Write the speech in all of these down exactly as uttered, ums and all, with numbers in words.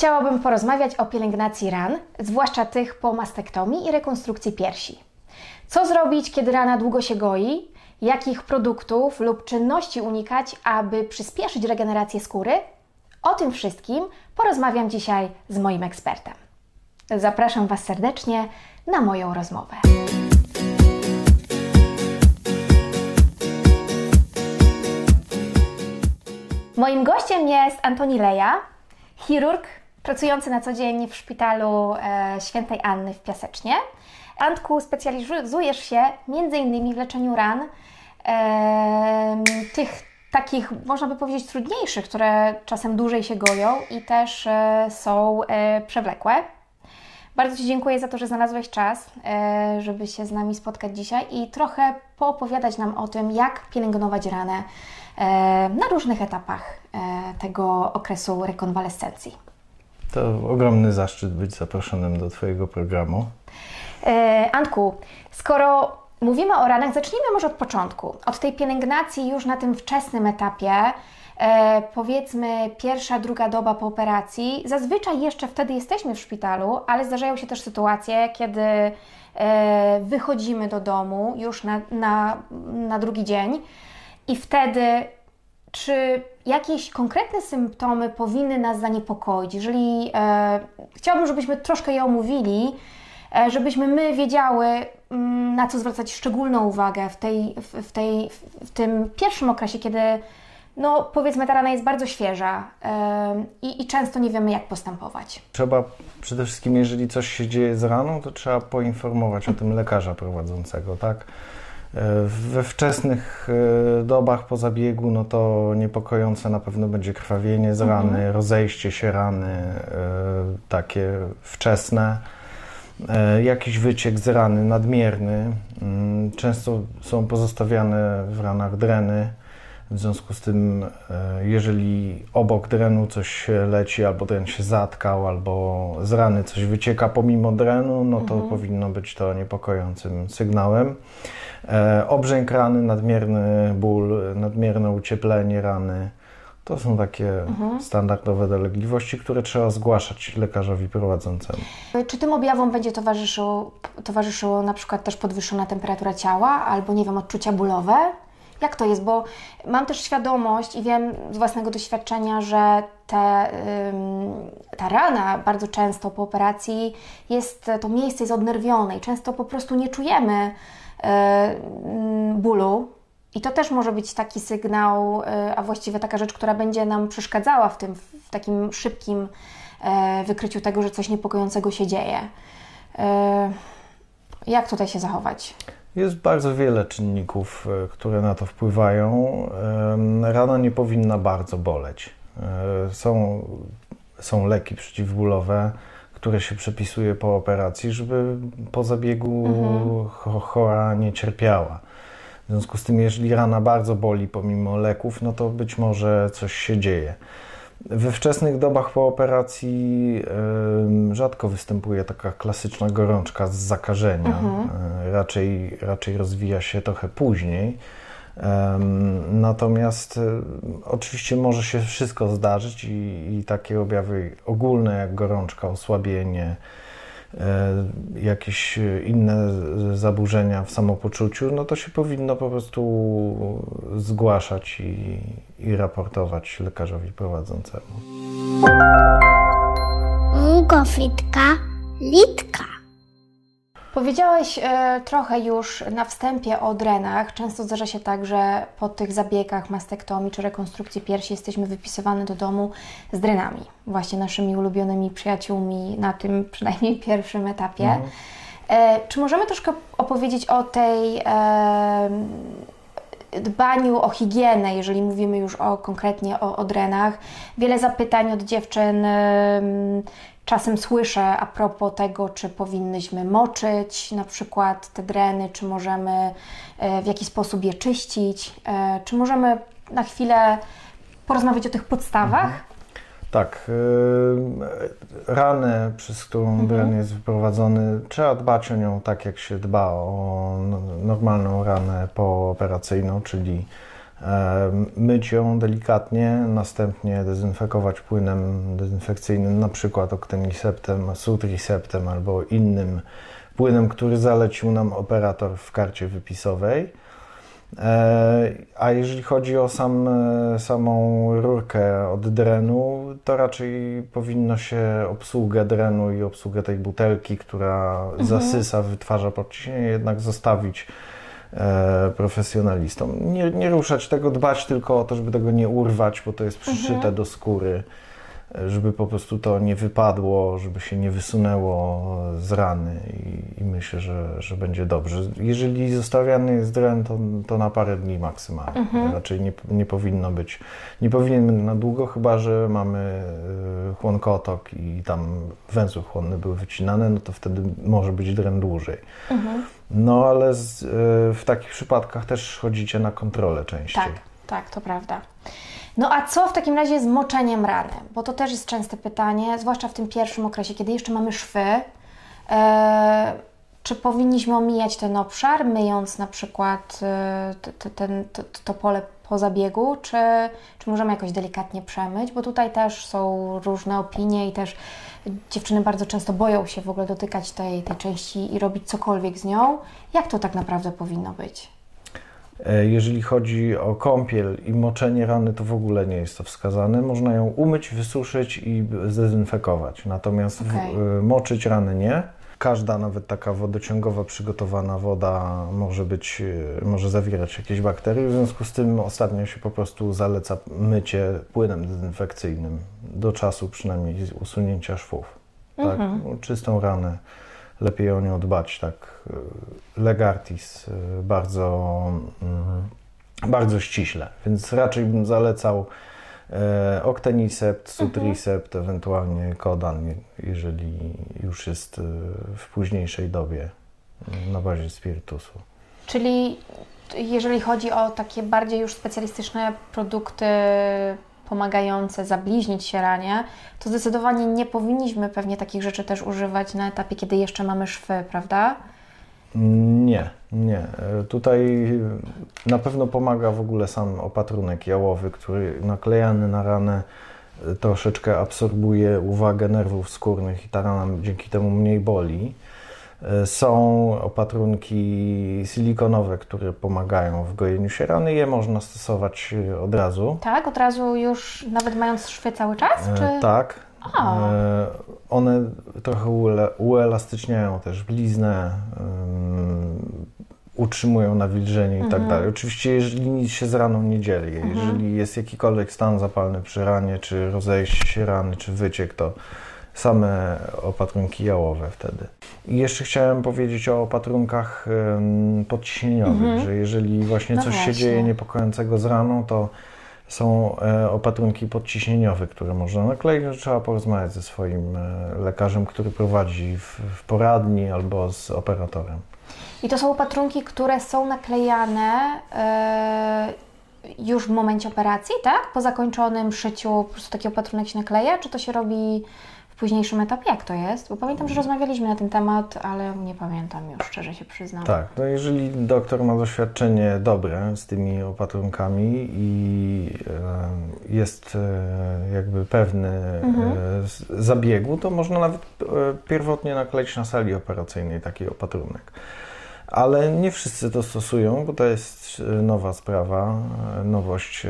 chciałabym porozmawiać o pielęgnacji ran, zwłaszcza tych po mastektomii i rekonstrukcji piersi. Co zrobić, kiedy rana długo się goi? Jakich produktów lub czynności unikać, aby przyspieszyć regenerację skóry? O tym wszystkim porozmawiam dzisiaj z moim ekspertem. Zapraszam Was serdecznie na moją rozmowę. Moim gościem jest Antoni Leja, chirurg pracujący na co dzień w szpitalu e, Świętej Anny w Piasecznie. Antku, specjalizujesz się między innymi w leczeniu ran, e, tych takich, można by powiedzieć, trudniejszych, które czasem dłużej się goją i też e, są e, przewlekłe. Bardzo Ci dziękuję za to, że znalazłeś czas, e, żeby się z nami spotkać dzisiaj i trochę poopowiadać nam o tym, jak pielęgnować ranę e, na różnych etapach e, tego okresu rekonwalescencji. To ogromny zaszczyt być zaproszonym do Twojego programu. E, Antku, skoro mówimy o ranach, zacznijmy może od początku. Od tej pielęgnacji już na tym wczesnym etapie, e, powiedzmy pierwsza, druga doba po operacji. Zazwyczaj jeszcze wtedy jesteśmy w szpitalu, ale zdarzają się też sytuacje, kiedy e, wychodzimy do domu już na, na, na drugi dzień i wtedy czy jakieś konkretne symptomy powinny nas zaniepokoić? Jeżeli e, chciałabym, żebyśmy troszkę je omówili, e, żebyśmy my wiedziały, m, na co zwracać szczególną uwagę w, tej, w, w, tej, w tym pierwszym okresie, kiedy no, powiedzmy ta rana jest bardzo świeża e, i, i często nie wiemy, jak postępować. Trzeba przede wszystkim, jeżeli coś się dzieje z raną, to trzeba poinformować o tym lekarza prowadzącego, tak? We wczesnych dobach po zabiegu, no to niepokojące na pewno będzie krwawienie z rany, mhm. rozejście się rany, takie wczesne, jakiś wyciek z rany nadmierny. Często są pozostawiane w ranach dreny, w związku z tym, jeżeli obok drenu coś leci, albo dren się zatkał, albo z rany coś wycieka pomimo drenu, no to mhm. powinno być to niepokojącym sygnałem. E, obrzęk rany, nadmierny ból, nadmierne ucieplenie rany. To są takie mhm. standardowe dolegliwości, które trzeba zgłaszać lekarzowi prowadzącemu. Czy tym objawom będzie towarzyszyło, towarzyszyło na przykład też podwyższona temperatura ciała albo, nie wiem, odczucia bólowe? Jak to jest? Bo mam też świadomość i wiem z własnego doświadczenia, że te, ta rana bardzo często po operacji jest, to miejsce jest odnerwione i często po prostu nie czujemy bólu. I to też może być taki sygnał, a właściwie taka rzecz, która będzie nam przeszkadzała w tym, w takim szybkim wykryciu tego, że coś niepokojącego się dzieje. Jak tutaj się zachować? Jest bardzo wiele czynników, które na to wpływają. Rana nie powinna bardzo boleć. Są, są leki przeciwbólowe, które się przepisuje po operacji, żeby po zabiegu mhm. chora nie cierpiała. W związku z tym, jeżeli rana bardzo boli pomimo leków, no to być może coś się dzieje. We wczesnych dobach po operacji y, rzadko występuje taka klasyczna gorączka z zakażenia. Mhm. Y, raczej, raczej rozwija się trochę później. Y, natomiast y, oczywiście może się wszystko zdarzyć i, i takie objawy ogólne jak gorączka, osłabienie, y, jakieś inne zaburzenia w samopoczuciu, no to się powinno po prostu zgłaszać i, i raportować lekarzowi prowadzącemu. Mugoflitka, litka. Powiedziałeś e, trochę już na wstępie o drenach. Często zdarza się tak, że po tych zabiegach mastektomii czy rekonstrukcji piersi jesteśmy wypisywani do domu z drenami. Właśnie naszymi ulubionymi przyjaciółmi na tym przynajmniej pierwszym etapie. Mhm. E, czy możemy troszkę opowiedzieć o tej e, dbaniu o higienę, jeżeli mówimy już o, konkretnie o, o drenach? Wiele zapytań od dziewczyn e, czasem słyszę a propos tego, czy powinnyśmy moczyć na przykład te dreny, czy możemy w jakiś sposób je czyścić, czy możemy na chwilę porozmawiać o tych podstawach? Mhm. Tak, yy, ranę, przez którą mhm. dren jest wyprowadzony, trzeba dbać o nią tak, jak się dba o normalną ranę pooperacyjną, czyli myć ją delikatnie, następnie dezynfekować płynem dezynfekcyjnym, na przykład Octeniceptem, Sutriceptem albo innym płynem, który zalecił nam operator w karcie wypisowej. A jeżeli chodzi o sam, samą rurkę od drenu, to raczej powinno się obsługę drenu i obsługę tej butelki, która mhm. zasysa, wytwarza podciśnienie, jednak zostawić e, profesjonalistom. Nie, nie ruszać tego, dbać tylko o to, żeby tego nie urwać, bo to jest przyszyte mhm. do skóry, żeby po prostu to nie wypadło, żeby się nie wysunęło z rany i, i myślę, że, że będzie dobrze. Jeżeli zostawiany jest dren, to, to na parę dni maksymalnie. Mhm. Raczej nie, nie powinno być, nie powinien być na długo, chyba że mamy chłonkotok i tam węzły chłonne były wycinane, no to wtedy może być dren dłużej. Mhm. No ale z, w takich przypadkach też chodzicie na kontrolę częściej. Tak, tak, to prawda. No a co w takim razie z moczeniem rany? Bo to też jest częste pytanie, zwłaszcza w tym pierwszym okresie, kiedy jeszcze mamy szwy. E, czy powinniśmy omijać ten obszar, myjąc na przykład e, t, ten, to, to pole po zabiegu, czy, czy możemy jakoś delikatnie przemyć? Bo tutaj też są różne opinie i też dziewczyny bardzo często boją się w ogóle dotykać tej, tej części i robić cokolwiek z nią. Jak to tak naprawdę powinno być? Jeżeli chodzi o kąpiel i moczenie rany, to w ogóle nie jest to wskazane. Można ją umyć, wysuszyć i zdezynfekować. Natomiast okay. moczyć rany nie. Każda, nawet taka wodociągowa przygotowana woda może być, może zawierać jakieś bakterie. W związku z tym ostatnio się po prostu zaleca mycie płynem dezynfekcyjnym do czasu przynajmniej usunięcia szwów. Tak? Mm-hmm. Czystą ranę. Lepiej o nią dbać, tak leg artis, bardzo, bardzo ściśle. Więc raczej bym zalecał Octenicept, Sutricept, mhm. ewentualnie Kodan, jeżeli już jest w późniejszej dobie na bazie spirytusu. Czyli jeżeli chodzi o takie bardziej już specjalistyczne produkty pomagające zabliźnić się ranie, to zdecydowanie nie powinniśmy pewnie takich rzeczy też używać na etapie, kiedy jeszcze mamy szwy, prawda? Nie, nie. Tutaj na pewno pomaga w ogóle sam opatrunek jałowy, który naklejany na ranę troszeczkę absorbuje uwagę nerwów skórnych i ta rana dzięki temu mniej boli. Są opatrunki silikonowe, które pomagają w gojeniu się rany. Je można stosować od razu. Tak? Od razu już nawet mając szwy cały czas? Czy? E, tak. A. E, one trochę ule, uelastyczniają też bliznę, um, utrzymują nawilżenie i mhm. tak dalej. Oczywiście jeżeli nic się z raną nie dzieje, mhm. jeżeli jest jakikolwiek stan zapalny przy ranie, czy rozejście się rany, czy wyciek, to same opatrunki jałowe wtedy. I jeszcze chciałem powiedzieć o opatrunkach um, podciśnieniowych, mhm. że jeżeli właśnie no coś właśnie. się dzieje niepokojącego z raną, to są e, opatrunki podciśnieniowe, które można nakleić. Trzeba porozmawiać ze swoim e, lekarzem, który prowadzi w, w poradni albo z operatorem. I to są opatrunki, które są naklejane e, już w momencie operacji, tak? Po zakończonym szyciu po prostu taki opatrunek się nakleja, czy to się robi w późniejszym etapie? Jak to jest? Bo pamiętam, że rozmawialiśmy na ten temat, ale nie pamiętam już, szczerze się przyznam. Tak, no jeżeli doktor ma doświadczenie dobre z tymi opatrunkami i e, jest e, jakby pewny mhm. e, zabiegu, to można nawet e, pierwotnie nakleić na sali operacyjnej taki opatrunek. Ale nie wszyscy to stosują, bo to jest nowa sprawa, nowość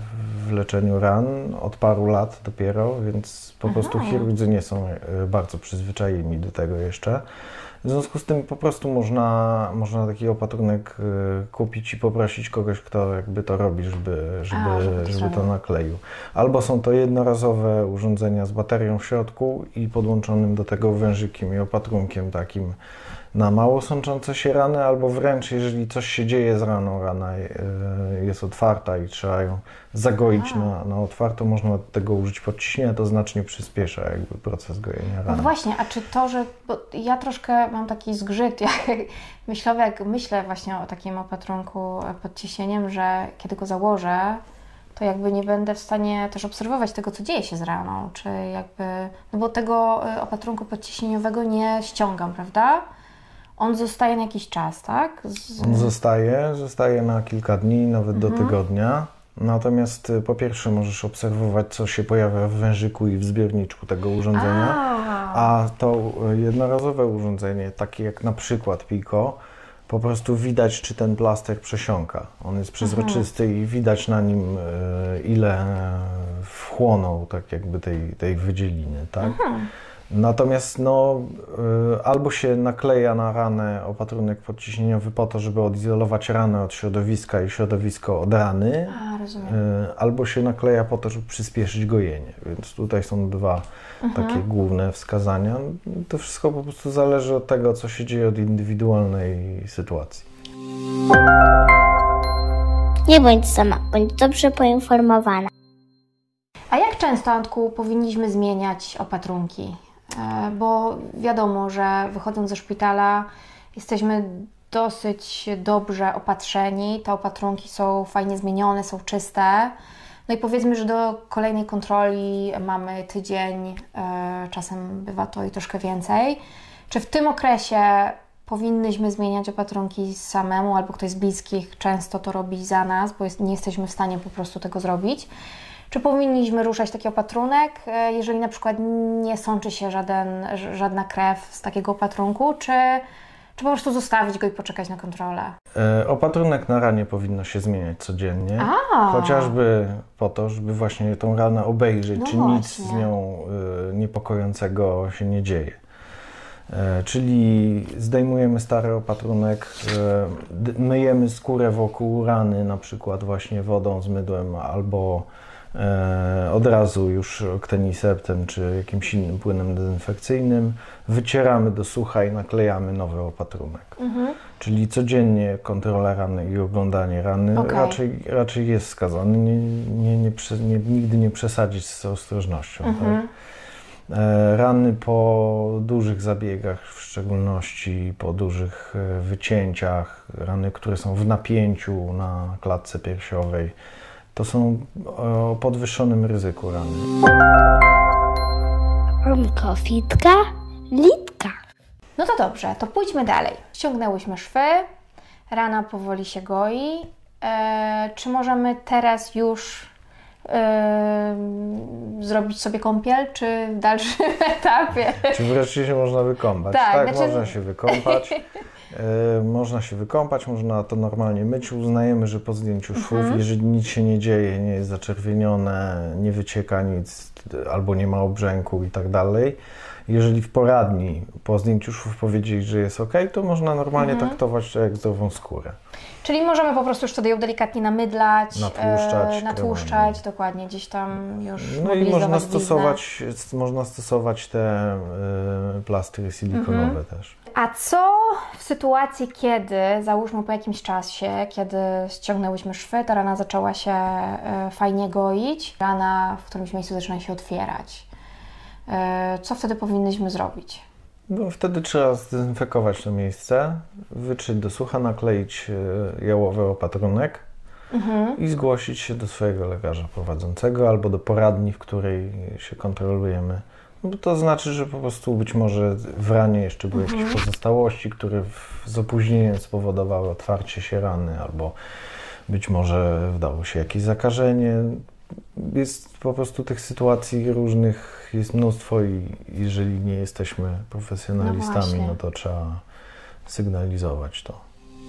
w leczeniu ran od paru lat dopiero, więc po Aha. prostu chirurdzy nie są bardzo przyzwyczajeni do tego jeszcze. W związku z tym po prostu można, można taki opatrunek kupić i poprosić kogoś, kto jakby to robi, żeby, żeby, A, żeby, to, żeby to nakleił. Albo są to jednorazowe urządzenia z baterią w środku i podłączonym do tego wężykiem i opatrunkiem takim na mało sączące się rany, albo wręcz jeżeli coś się dzieje z raną, rana jest otwarta i trzeba ją zagoić na, na otwarto, można do tego użyć podciśnienia, to znacznie przyspiesza jakby proces gojenia rany. No właśnie, a czy to, że bo ja troszkę mam taki zgrzyt jak myślowy, jak myślę właśnie o takim opatrunku pod ciśnieniem, że kiedy go założę, to jakby nie będę w stanie też obserwować tego, co dzieje się z raną, czy jakby, no bo tego opatrunku podciśnieniowego nie ściągam, prawda? On zostaje na jakiś czas, tak? Z... On zostaje, zostaje na kilka dni, nawet mhm. do tygodnia. Natomiast po pierwsze możesz obserwować, co się pojawia w wężyku i w zbiorniczku tego urządzenia. A, A to jednorazowe urządzenie, takie jak na przykład Pico, po prostu widać, czy ten plaster przesiąka. On jest przezroczysty mhm. i widać na nim, ile wchłonął tak jakby tej, tej wydzieliny, tak? Mhm. Natomiast no, albo się nakleja na ranę opatrunek podciśnieniowy po to, żeby odizolować ranę od środowiska i środowisko od rany, A, rozumiem. albo się nakleja po to, żeby przyspieszyć gojenie. Więc tutaj są dwa mhm. takie główne wskazania. To wszystko po prostu zależy od tego, co się dzieje od indywidualnej sytuacji. Nie bądź sama, bądź dobrze poinformowana. A jak często, Antku, powinniśmy zmieniać opatrunki? Bo wiadomo, że wychodząc ze szpitala jesteśmy dosyć dobrze opatrzeni, te opatrunki są fajnie zmienione, są czyste. No i powiedzmy, że do kolejnej kontroli mamy tydzień, czasem bywa to i troszkę więcej. Czy w tym okresie powinnyśmy zmieniać opatrunki samemu, albo ktoś z bliskich często to robi za nas, bo jest, nie jesteśmy w stanie po prostu tego zrobić? Czy powinniśmy ruszać taki opatrunek, jeżeli na przykład nie sączy się żaden, żadna krew z takiego opatrunku, czy, czy po prostu zostawić go i poczekać na kontrolę? E, opatrunek na ranie powinno się zmieniać codziennie, A. chociażby po to, żeby właśnie tą ranę obejrzeć, No czy właśnie. nic z nią y, niepokojącego się nie dzieje. E, czyli zdejmujemy stary opatrunek, e, myjemy skórę wokół rany, na przykład właśnie wodą z mydłem albo e, od razu już okteniseptem czy jakimś innym płynem dezynfekcyjnym, wycieramy do sucha i naklejamy nowy opatrunek. Mhm. Czyli codziennie kontrola rany i oglądanie rany okay. raczej, raczej jest wskazane. Nie, nie, nie, nie, nigdy nie przesadzić z ostrożnością. Mhm. Tak? Rany po dużych zabiegach, w szczególności po dużych wycięciach, rany, które są w napięciu na klatce piersiowej, to są o podwyższonym ryzyku rany. Onkofitka, litka. No to dobrze, to pójdźmy dalej. Ściągnęłyśmy szwy, rana powoli się goi. Eee, czy możemy teraz już Yy, zrobić sobie kąpiel, czy w dalszym etapie? Czy wreszcie się można wykąpać? Tak, tak znaczy... można się wykąpać. Yy, można się wykąpać, można to normalnie myć. Uznajemy, że po zdjęciu szwów, mhm. jeżeli nic się nie dzieje, nie jest zaczerwienione, nie wycieka nic, albo nie ma obrzęku i tak dalej. Jeżeli w poradni po zdjęciu szwów powiedzieli, że jest ok, to można normalnie mhm. traktować to jak zdrową skórę. Czyli możemy po prostu już wtedy ją delikatnie namydlać, natłuszczać, e, natłuszczać dokładnie, gdzieś tam już no i można stosować, można stosować te y, plastry silikonowe mhm. też. A co w sytuacji, kiedy, załóżmy po jakimś czasie, kiedy ściągnęłyśmy szwy, ta rana zaczęła się y, fajnie goić, rana w którymś miejscu zaczyna się otwierać. Y, co wtedy powinnyśmy zrobić? No, wtedy trzeba zdezynfekować to miejsce, wytrzeć do sucha, nakleić jałowy opatrunek mhm. i zgłosić się do swojego lekarza prowadzącego albo do poradni, w której się kontrolujemy. No, bo to znaczy, że po prostu być może w ranie jeszcze były mhm. jakieś pozostałości, które w, z opóźnieniem spowodowały otwarcie się rany, albo być może wdało się jakieś zakażenie. Jest po prostu tych sytuacji różnych, jest mnóstwo i jeżeli nie jesteśmy profesjonalistami, no, no to trzeba sygnalizować to.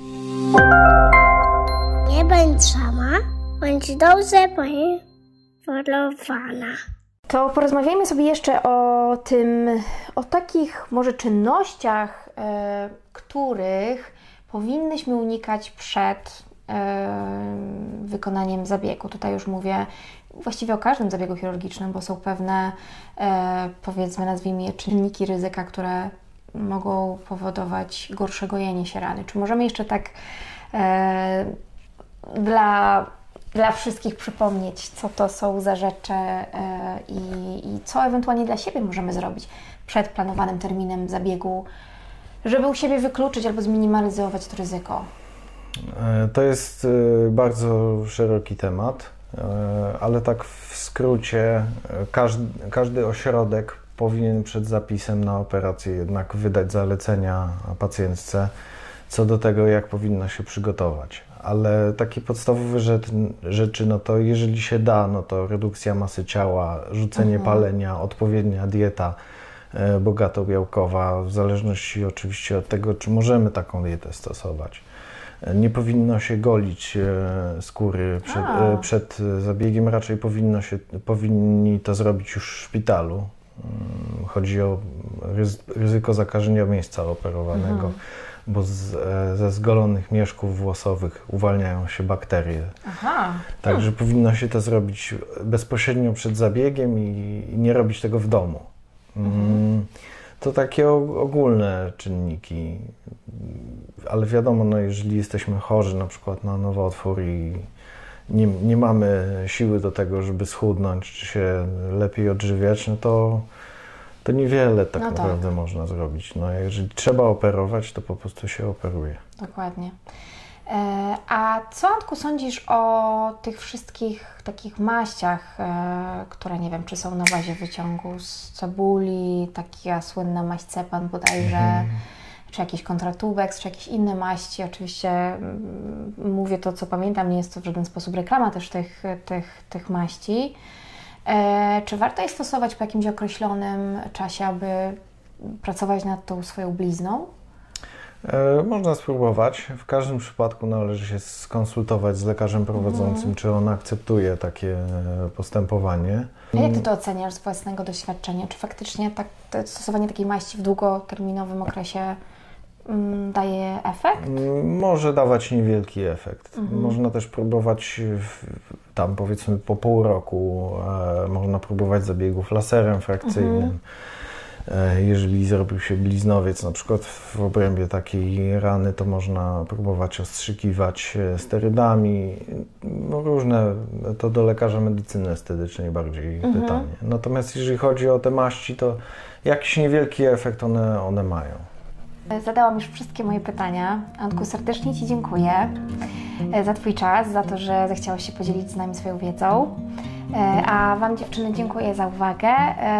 Nie bądź sama, bądź dobrze poinformowana. To porozmawiajmy sobie jeszcze o tym, o takich może czynnościach, e, których powinnyśmy unikać przed wykonaniem zabiegu. Tutaj już mówię właściwie o każdym zabiegu chirurgicznym, bo są pewne, e, powiedzmy, nazwijmy je czynniki ryzyka, które mogą powodować gorsze gojenie się rany. Czy możemy jeszcze tak e, dla, dla wszystkich przypomnieć, co to są za rzeczy e, i, i co ewentualnie dla siebie możemy zrobić przed planowanym terminem zabiegu, żeby u siebie wykluczyć albo zminimalizować to ryzyko? To jest bardzo szeroki temat, ale tak w skrócie każdy, każdy ośrodek powinien przed zapisem na operację jednak wydać zalecenia pacjentce co do tego, jak powinna się przygotować. Ale takie podstawowe rzeczy, no to jeżeli się da, no to redukcja masy ciała, rzucenie mhm. palenia, odpowiednia dieta e, bogato-białkowa, w zależności oczywiście od tego, czy możemy taką dietę stosować. E, nie powinno się golić e, skóry przed, e, przed zabiegiem, raczej powinno się, powinni to zrobić już w szpitalu. Chodzi o ryzyko zakażenia miejsca operowanego. Mhm. Bo z, ze zgolonych mieszków włosowych uwalniają się bakterie. Aha. Także hmm. powinno się to zrobić bezpośrednio przed zabiegiem i, i nie robić tego w domu. Mhm. To takie ogólne czynniki, ale wiadomo, no, jeżeli jesteśmy chorzy na przykład na nowotwór i nie, nie mamy siły do tego, żeby schudnąć, czy się lepiej odżywiać, no to to niewiele tak no naprawdę tak. można zrobić. No, jeżeli trzeba operować, to po prostu się operuje. Dokładnie. E, a co, Antku, sądzisz o tych wszystkich takich maściach, e, które nie wiem, czy są na bazie wyciągu z cebuli, taka słynna maść Cepan bodajże, mhm. czy jakiś kontratubeks, czy jakieś inne maści. Oczywiście m, mówię to, co pamiętam, nie jest to w żaden sposób reklama też tych, tych, tych maści. E, czy warto je stosować po jakimś określonym czasie, aby pracować nad tą swoją blizną? E, można spróbować. W każdym przypadku należy się skonsultować z lekarzem prowadzącym, mm. czy on akceptuje takie postępowanie. A jak Ty to oceniasz z własnego doświadczenia? Czy faktycznie tak, stosowanie takiej maści w długoterminowym okresie mm, daje efekt? Może dawać niewielki efekt. Mm-hmm. Można też próbować w, tam powiedzmy po pół roku, e, można próbować zabiegów laserem frakcyjnym. Mm-hmm. E, jeżeli zrobił się bliznowiec na przykład w obrębie takiej rany, to można próbować ostrzykiwać sterydami. No, różne, to do lekarza medycyny estetycznej bardziej mm-hmm. pytanie. Natomiast jeżeli chodzi o te maści, to jakiś niewielki efekt one, one mają. Zadałam już wszystkie moje pytania. Antku, serdecznie Ci dziękuję za Twój czas, za to, że zechciałaś się podzielić z nami swoją wiedzą. A Wam, dziewczyny, dziękuję za uwagę.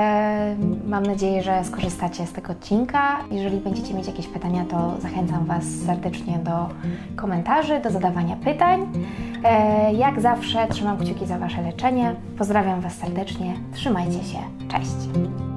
Mam nadzieję, że skorzystacie z tego odcinka. Jeżeli będziecie mieć jakieś pytania, to zachęcam Was serdecznie do komentarzy, do zadawania pytań. Jak zawsze trzymam kciuki za Wasze leczenie. Pozdrawiam Was serdecznie. Trzymajcie się. Cześć!